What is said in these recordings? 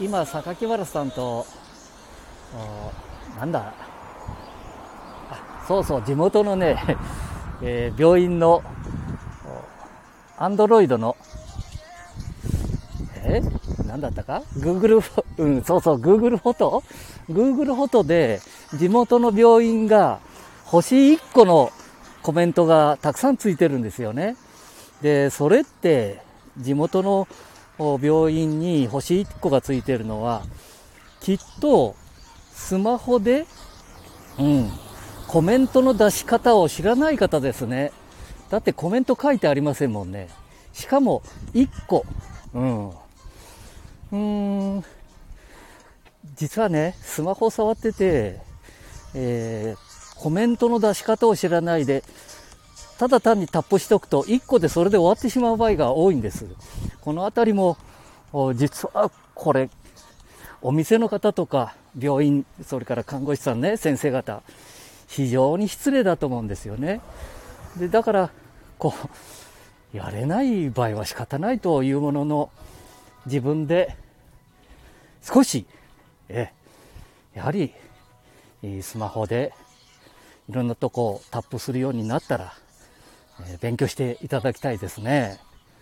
今榊原さんとなんだそう地元のね、病院のアンドロイドのなんだったか Google、Google フォトで地元の病院が星1個のコメントがたくさんついてるんですよね。でそれって地元の病院に星1個がついてるのはきっとスマホで、コメントの出し方を知らない方ですね。だってコメント書いてありませんもんね。しかも1個、実はねスマホ触ってて、コメントの出し方を知らないでただ単にタップしておくと1個でそれで終わってしまう場合が多いんです。このあたりも実はこれお店の方とか病院、それから看護師さんね、先生方非常に失礼だと思うんですよね。でだからやれない場合は仕方ないというものの、自分で少しやはりスマホでいろんなとこをタップするようになったら、勉強していただきたいですね。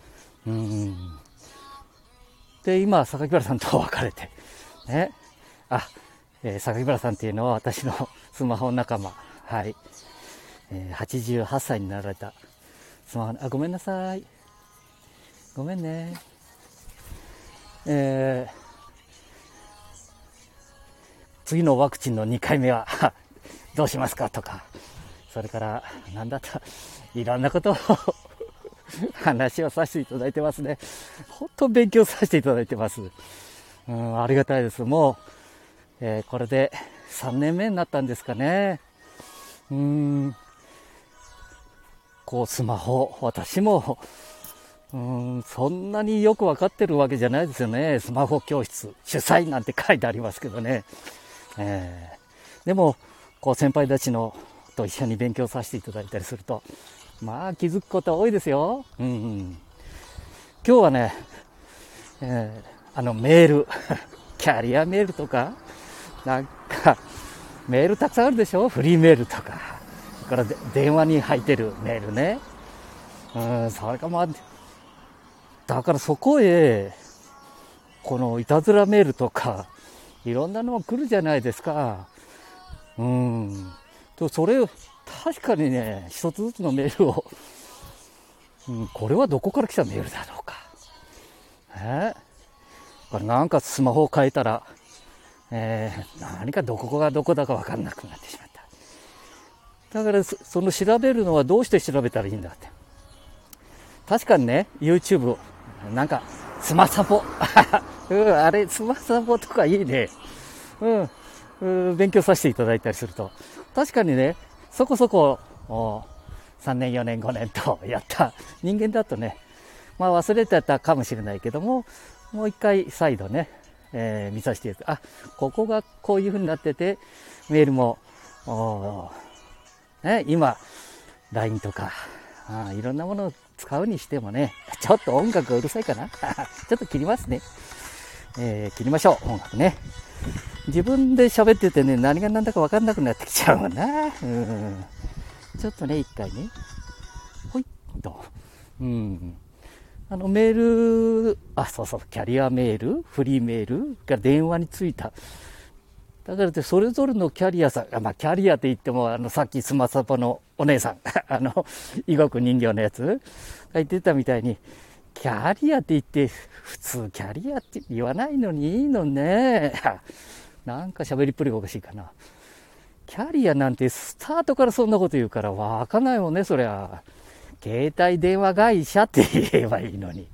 で今榊原さんと別れてね、榊原さんっていうのは私のスマホ仲間、88歳になられたスマホ、ごめんなさい、ごめんね、次のワクチンの2回目はどうしますかとか、それから何だったいろんなことを話をさせていただいてますね。本当勉強させていただいてます。ありがたいです。もう、これで3年目になったんですかね。スマホ、私もそんなによく分かってるわけじゃないですよね。スマホ教室主催なんて書いてありますけどね。でも先輩たちのと一緒に勉強させていただいたりすると、気づくことは多いですよ。今日はね、メールキャリアメールとかなんかメールたくさんあるでしょ。フリーメールとか、それから電話に入ってるメールね。それかだからそこへこのいたずらメールとかいろんなのも来るじゃないですか。それを確かにね、一つずつのメールを、これはどこから来たメールだろうか。これなんかスマホを変えたら、何かどこがどこだか分かんなくなってしまった。だからその調べるのはどうして調べたらいいんだって。確かにね、YouTube なんかスマサポあれスマサポとかいいね。勉強させていただいたりすると、確かにね、そこそこ3年4年5年とやった人間だとね、忘れてたかもしれないけども、もう一回再度ね、見させていただいて、ここがこういう風になってて、メールも今 LINE とかいろんなものを使うにしてもね、ちょっと音楽がうるさいかなちょっと切りますね。切りましょう、音楽ね。自分で喋っててね、何が何だか分かんなくなってきちゃうもんな。ちょっとね、一回ね、ほいっと、メール、キャリアメール、フリーメールが電話についた。だからそれぞれのキャリアさん、キャリアって言ってもさっきスマサポのお姉さん囲碁人形のやつが言ってたみたいに、キャリアって言って普通キャリアって言わないのにいいのね。なんか喋りっぷりがおかしいかな。キャリアなんてスタートからそんなこと言うからわかんないもんね。そりゃ携帯電話会社って言えばいいのに。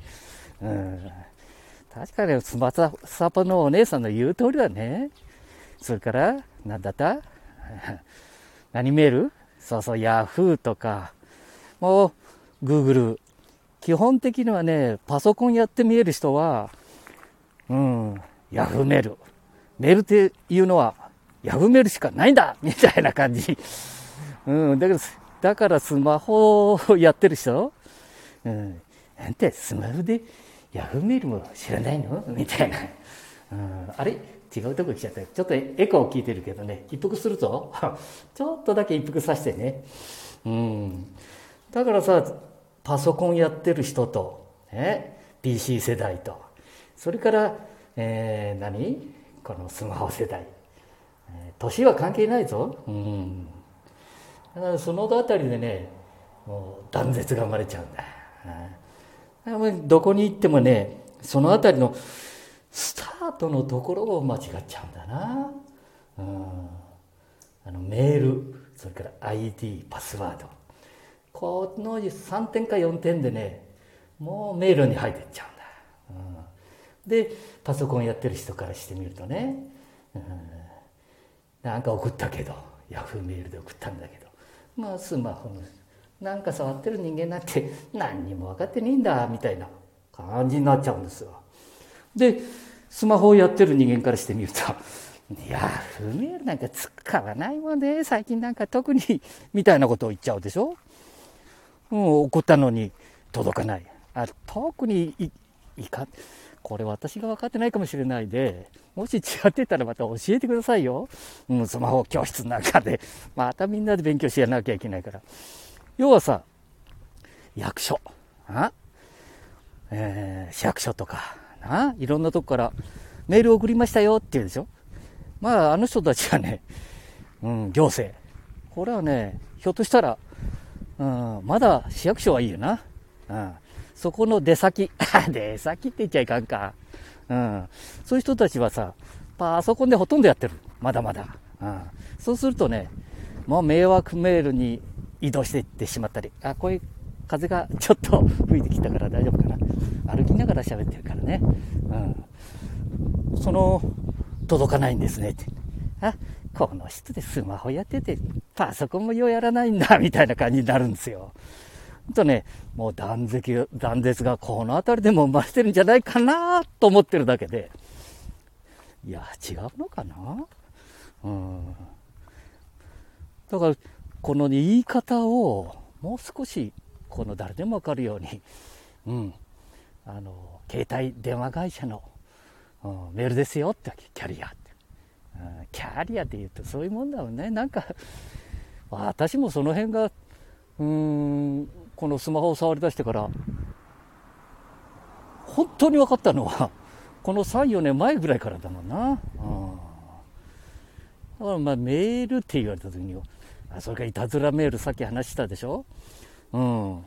確かにスマサポのお姉さんの言う通りだね。それから何だった何メール、ヤフーとかもう Google、 基本的にはね、パソコンやって見える人はヤフーメールっていうのはヤフーメールしかないんだみたいな感じ。だからスマホをやってる人、なんてスマホでヤフーメールも知らないのみたいな。 あれ違うとこ来ちゃった。ちょっとエコー聞いてるけどね、一服するぞ。ちょっとだけ一服させてね。だからさ、パソコンやってる人と、PC 世代と、それから、このスマホ世代。年は関係ないぞ。だからそのあたりでね、もう断絶が生まれちゃうんだ。どこに行ってもね、そのあたりのスタートのところを間違っちゃうんだな。メール、それから ID、パスワード、この3点か4点でね、もうメールに入ってっちゃうんだ。でパソコンやってる人からしてみるとね、なんか送ったけど、ヤフーメールで送ったんだけど、スマホのなんか触ってる人間なんて何にも分かってねえんだみたいな感じになっちゃうんですよ。でスマホをやってる人間からしてみると、ヤフーメールなんか使わないもんね最近なんか特にみたいなことを言っちゃうでしょ。送ったのに届かない。特にいかん。これ私が分かってないかもしれないで、もし違ってたらまた教えてくださいよ。スマホ教室の中でまたみんなで勉強しやらなきゃいけないから。要はさ、役所、市役所とかいろんなとこからメール送りましたよって言うでしょ。あの人たちはね、行政、これはね、ひょっとしたら、まだ市役所はいいよな。そこの出先出先って言っちゃいかんか。そういう人たちはさ、パソコンでほとんどやってる。まだまだ。そうするとね、もう迷惑メールに移動していってしまったり、こういう風がちょっと吹いてきたから大丈夫かな。歩きながら喋ってるからね。届かないんですねって。この人でスマホやっててパソコンもようやらないんだみたいな感じになるんですよ。もう断絶がこの辺りでも生まれてるんじゃないかなと思ってるだけで、いや違うのかな。だからこの言い方をもう少し誰でも分かるように、携帯電話会社のメールですよって、キャリアって、キャリアって言うとそういうもんだもんね。なんか私もその辺がこのスマホを触り出してから本当に分かったのはこの 3,4 年前ぐらいからだもんな。だからメールって言われた時に、それからいたずらメールさっき話したでしょ。例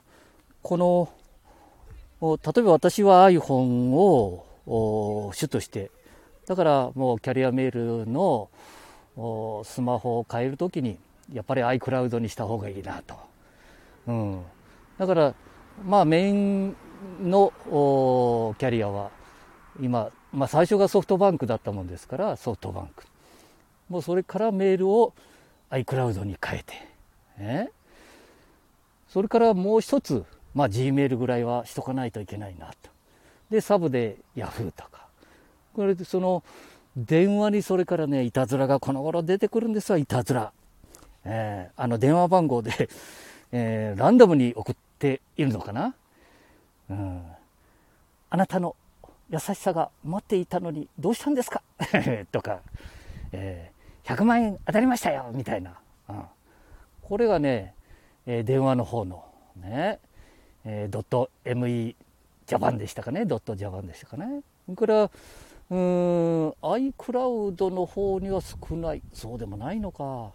えば私は iPhone を主として、だからもうキャリアメールのスマホを変えるときにやっぱり iCloud にした方がいいなと。だからメインのキャリアは今、最初がソフトバンクだったもんですから、ソフトバンク、もうそれからメールを iCloud に変えて、それからもう一つ、G メールぐらいはしとかないといけないなと。でサブで Yahoo とか、これでその電話にそれからね、いたずらがこの頃出てくるんですよ。いたずら、電話番号で、ランダムに送っているのかな。あなたの優しさが待っていたのにどうしたんですかとか、100万円当たりましたよみたいな、これがね、電話の方のね、ドット ME ジャパンでしたかね、ドットジャパンでしたかね。それからiCloud の方には少ない、そうでもないのか。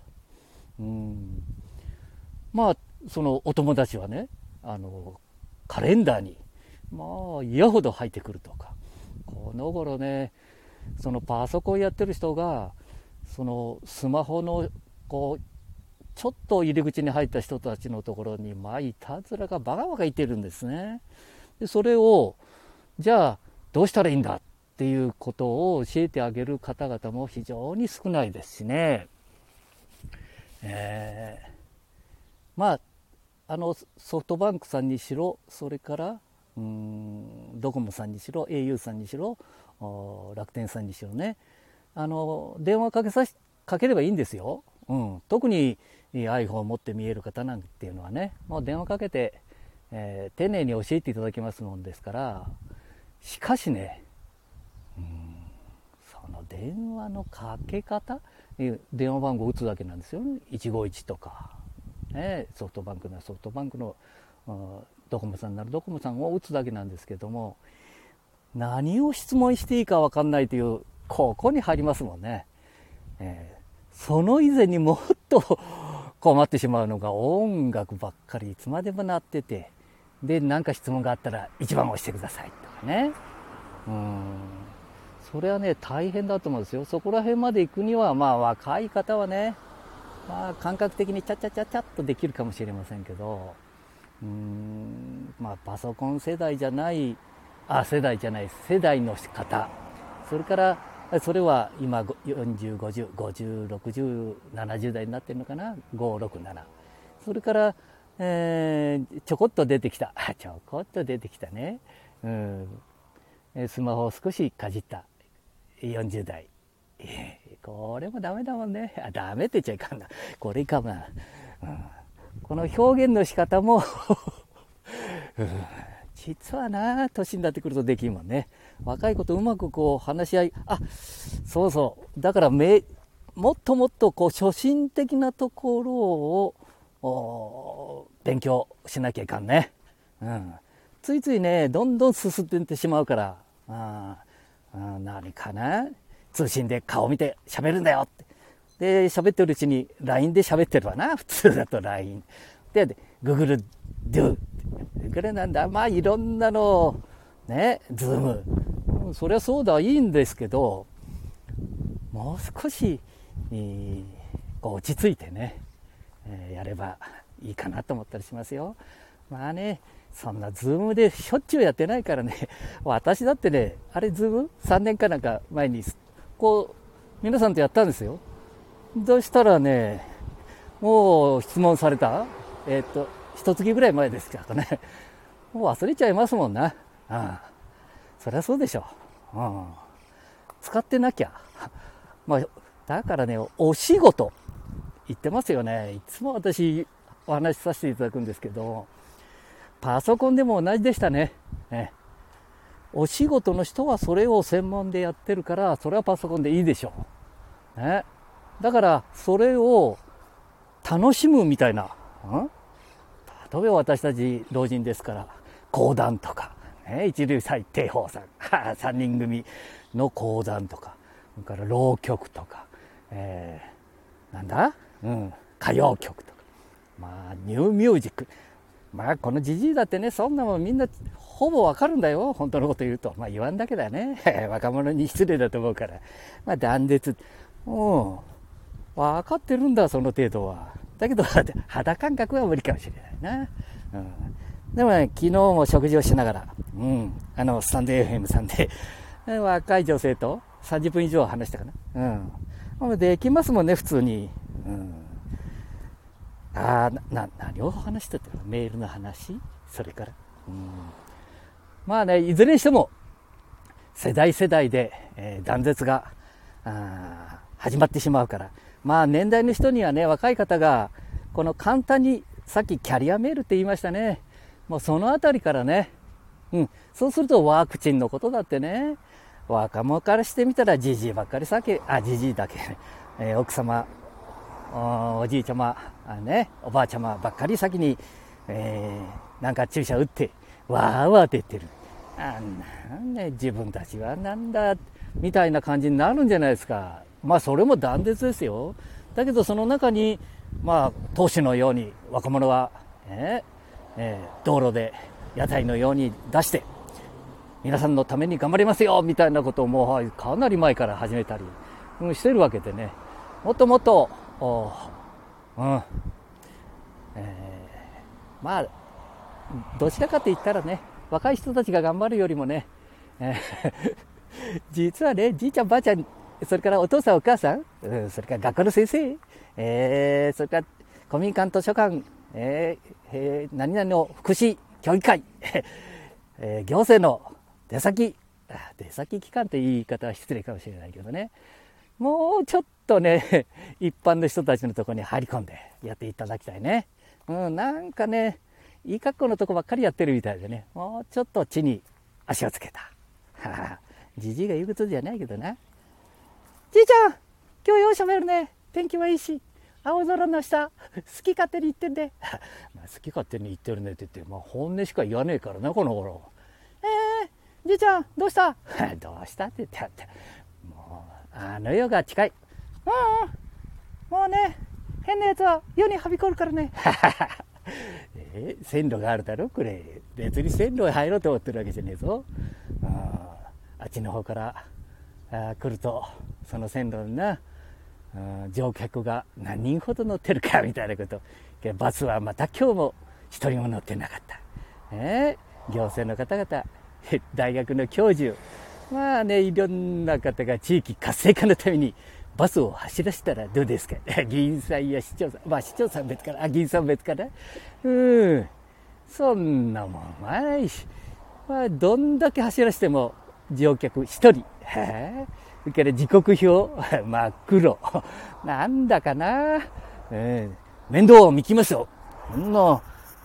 そのお友達はね、カレンダーに嫌ほど入ってくるとか、この頃ね、そのパソコンやってる人がそのスマホのちょっと入り口に入った人たちのところにいたずらがバカバカ言ってるんですね。でそれをじゃあどうしたらいいんだっていうことを教えてあげる方々も非常に少ないですしね。ソフトバンクさんにしろ、それからドコモさんにしろ、au さんにしろ、楽天さんにしろね、電話かければいいんですよ。特に iPhone を持って見える方なんていうのはね、もう電話かけて、丁寧に教えていただきますもんですから。しかしね、 電話のかけ方、電話番号打つだけなんですよね。151とか、ね、ソフトバンクならソフトバンクのドコモさんならドコモさんを打つだけなんですけども、何を質問していいか分かんないというここに入りますもんね。その以前にもっと困ってしまうのが音楽ばっかりいつまでも鳴ってて、で何か質問があったら1番押してくださいとかね。それはね大変だと思うんですよ。そこら辺まで行くには若い方はね、感覚的にチャチャチャチャっとできるかもしれませんけど、パソコン世代じゃない世代の方、それからそれは今40、50、50、60、70代になってるのかな、5、6、7。それから、ちょこっと出てきたね、スマホを少しかじった40代。これもダメだもんね。ダメって言っちゃいかんな。これいかんな。この表現の仕方も実はな、年になってくるとできんもんね。若い子とうまく話し合い、そうそう。だからもっともっと初心的なところを勉強しなきゃいかんね。ついついね、どんどん進んでいってしまうから、何かな、通信で顔見て喋るんだよって。で、喋ってるうちに LINE で喋ってるわな。普通だと LINE。で、Google Do。これなんだ、いろんなの、ね、Zoom。そりゃそうだ、いいんですけど、もう少し、落ち着いてね、やればいいかなと思ったりしますよ。そんなZoomでしょっちゅうやってないからね。私だってね、Zoom 3年かなんか前に、皆さんとやったんですよ。そしたらね、もう質問された一月ぐらい前ですからね、もう忘れちゃいますもんな。そりゃそうでしょ。使ってなきゃ。だからね、お仕事言ってますよね。いつも私お話しさせていただくんですけど、パソコンでも同じでしたね。お仕事の人はそれを専門でやってるから、それはパソコンでいいでしょう。だからそれを楽しむみたいな。例えば私たち老人ですから講談とか、一流斎貞鳳さん3人組の講談とか、それから浪曲とか、歌謡曲とか、ニューミュージック、このじじいだってね、そんなもんみんなほぼわかるんだよ、本当のこと言うと。言わんだけだね若者に失礼だと思うから、断絶、分かってるんだ、その程度は。だけど肌感覚は無理かもしれないな。でもね、昨日も食事をしながら、スタンド FM さんで若い女性と30分以上話したかな。できますもんね、普通に。何を話してたかな、メールの話、それから、いずれにしても世代で、断絶が始まってしまうから、年代の人にはね、若い方がこの簡単に、さっきキャリアメールって言いましたね。もうそのあたりからね、そうするとワクチンのことだってね、若者からしてみたらじじいばっかりじじいだけね、奥様、おじいちゃま、おばあちゃまばっかり先に、なんか注射打ってわーわーって言ってる。自分たちはなんだみたいな感じになるんじゃないですか。それも断絶ですよ。だけどその中に投手のように若者は、道路で屋台のように出して皆さんのために頑張りますよみたいなことをもうかなり前から始めたりしてるわけでね、もっともっとどちらかと言ったらね、若い人たちが頑張るよりもね、実はね、じいちゃんばあちゃん、それからお父さんお母さん、それから学校の先生、それから公民館図書館、何々の福祉協議会、行政の出先機関って言い方は失礼かもしれないけどね、もうちょっとね、一般の人たちのところに入り込んでやっていただきたいね。なんかね、いい格好のとこばっかりやってるみたいでね、もうちょっと地に足をつけた。じじいが言うことじゃないけどな。 じいちゃん、今日ようしゃべるね。天気はいいし、青空の下、好き勝手に言ってんで。まあ好き勝手に言ってるねって言って、まあ本音しか言わねえからな、この頃。じいちゃん、どうしたどうしたって言ってあって。もう、あの世が近い。もうね、変なやつは世にはびこるからね。線路があるだろこれ。別に線路へ入ろうと思ってるわけじゃねえぞ。あっちの方から来ると、その線路にな、乗客が何人ほど乗ってるかみたいなこと。バスはまた今日も一人も乗ってなかった。行政の方々、大学の教授、まあね、いろんな方が地域活性化のためにバスを走らせたらどうですか。議員さんや市長さん、まあ市長さん別から、議員さん別から。そんなもんないし、まあどんだけ走らせても乗客一人。それから時刻表、真っ黒。なんだかな。面倒を見きますよ。こんな、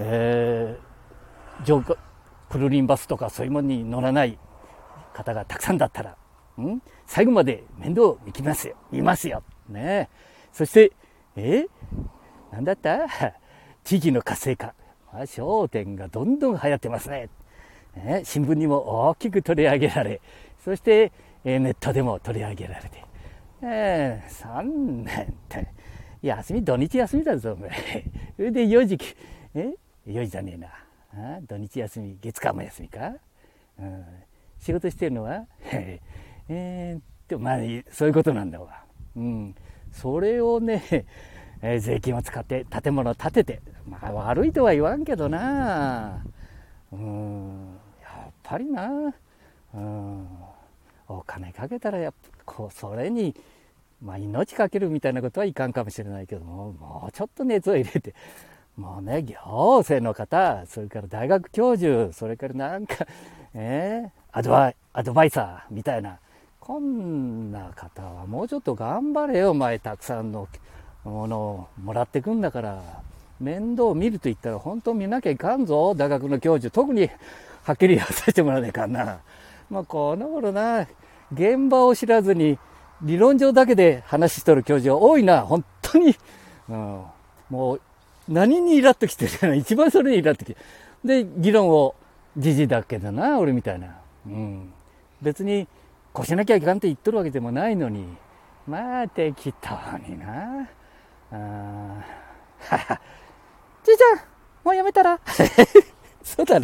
クルリンバスとかそういうものに乗らない方がたくさんだったら、最後まで面倒を見きますよ。見ますよ。ね。そして、なんだった地域の活性化。商店がどんどん流行ってますね。新聞にも大きく取り上げられ、そして、ネットでも取り上げられて。3年って、休み、土日休みだぞ、お前。それで4時、4時じゃねえな。土日休み、月火も休みか。仕事してるのはまあ、そういうことなんだわ。それをね、税金を使って建物を建てて、まあ悪いとは言わんけどな。やっぱりな。お金かけたらそれに、まあ、命かけるみたいなことはいかんかもしれないけども、もうちょっと熱を入れて、もうね、行政の方、それから大学教授、それからなんか、アドバイザーみたいな、こんな方はもうちょっと頑張れよ、お前。たくさんのものをもらってくんだから。面倒を見ると言ったら本当見なきゃいかんぞ、大学の教授。特にはっきり言わせてもらわないかんな。まあこの頃な、現場を知らずに理論上だけで話しとる教授は多いな、本当に。もう何にイラっときてるの、一番それにイラっときて。で、議論をじじだけどな、俺みたいな。別にこうしなきゃいかんって言っとるわけでもないのに、まあ適当にな。じいちゃん、もうやめたらそうだね。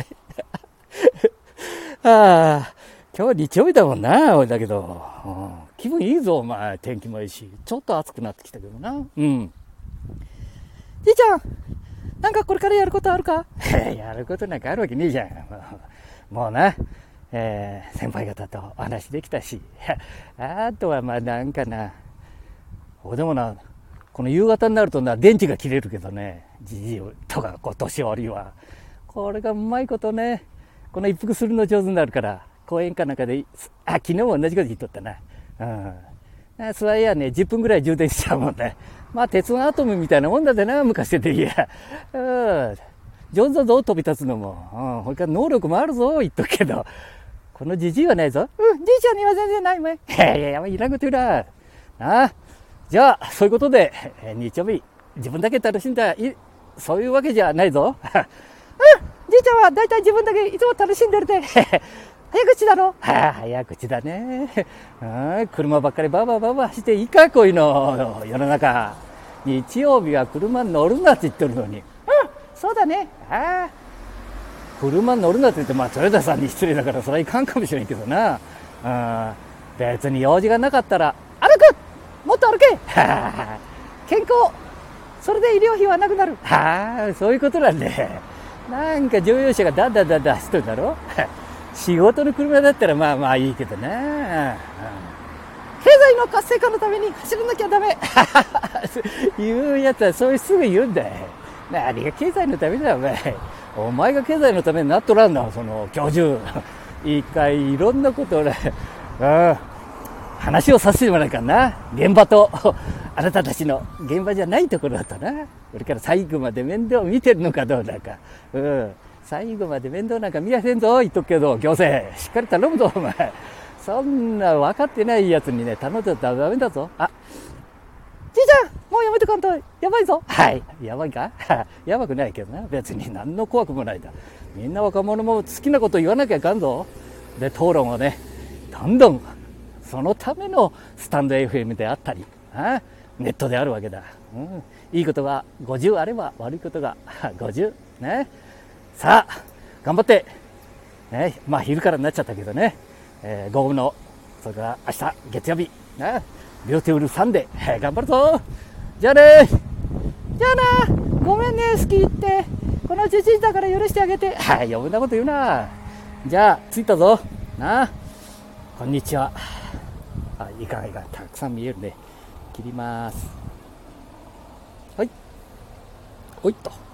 今日日曜日だもんな、俺だけど。気分いいぞ、お前。天気もいいし。ちょっと暑くなってきたけどな。じいちゃん、なんかこれからやることあるかやることなんかあるわけねえじゃん。もうな、先輩方とお話できたし。あとはまあなんかな。でもな、この夕方になるとな、電池が切れるけどね。じじいとか、年寄りは。これがうまいことね、この一服するの上手になるから、公園かなんかで、昨日も同じこと言っとったな。スワイヤーね、10分ぐらい充電しちゃうもんね。まあ、鉄のアトムみたいなもんだでな、昔でいや。上手だぞ、飛び立つのも。ほいから能力もあるぞ、言っとくけど。このじじいはないぞ。じいちゃんには全然ないもん。いや、いらんこと言うな。じゃあ、そういうことで、日曜日、自分だけ楽しんだ、そういうわけじゃないぞ。じいちゃんはだいたい自分だけいつも楽しんでるで。早口だろ。早口だね。車ばっかりバーバー走っていいか、こういうの、世の中。日曜日は車に乗るなって言ってるのに。そうだね。車に乗るなって言って、まあ、豊田さんに失礼だから、それはいかんかもしれんけどな。別に用事がなかったら、歩くもっと歩け健康それで医療費はなくなる。そういうことなんで。なんか乗用車がだんだん走ってるだろ。仕事の車だったらまあまあいいけどな。経済の活性化のために走らなきゃダメ。言うやつはそういうすぐ言うんだよ。何が経済のためだよ、お前。お前が経済のためになっとらんの、その教授。一回いろんなことをね、話をさせてもらうからな。現場と、あなたたちの現場じゃないところだとな。これから最後まで面倒を見てるのかどうだか。最後まで面倒なんか見やせんぞ、言っとくけど、行政、しっかり頼むぞ、お前。 そんな分かってないやつにね、頼んでたらダメだぞ。あ、じいちゃん、もうやめてかんと、やばいぞ。はい。やばいかやばくないけどな。別に何の怖くもないだ。みんな若者も好きなこと言わなきゃいかんぞ。で、討論をね、どんどん、そのためのスタンド FM であったり、ネットであるわけだ。いいことが50あれば悪いことが50。ね。さあ、頑張って。ね、まあ昼からになっちゃったけどね。午後の、それから明日、月曜日。ね。ビューティフルサンデー、頑張るぞ。じゃあね。じゃあな。ごめんね、好き言って。このじじいだから許してあげて。余分なこと言うな。じゃあ、着いたぞ。な。こんにちは。いかんいかん。たくさん見えるね。切ります。はい。おいっと。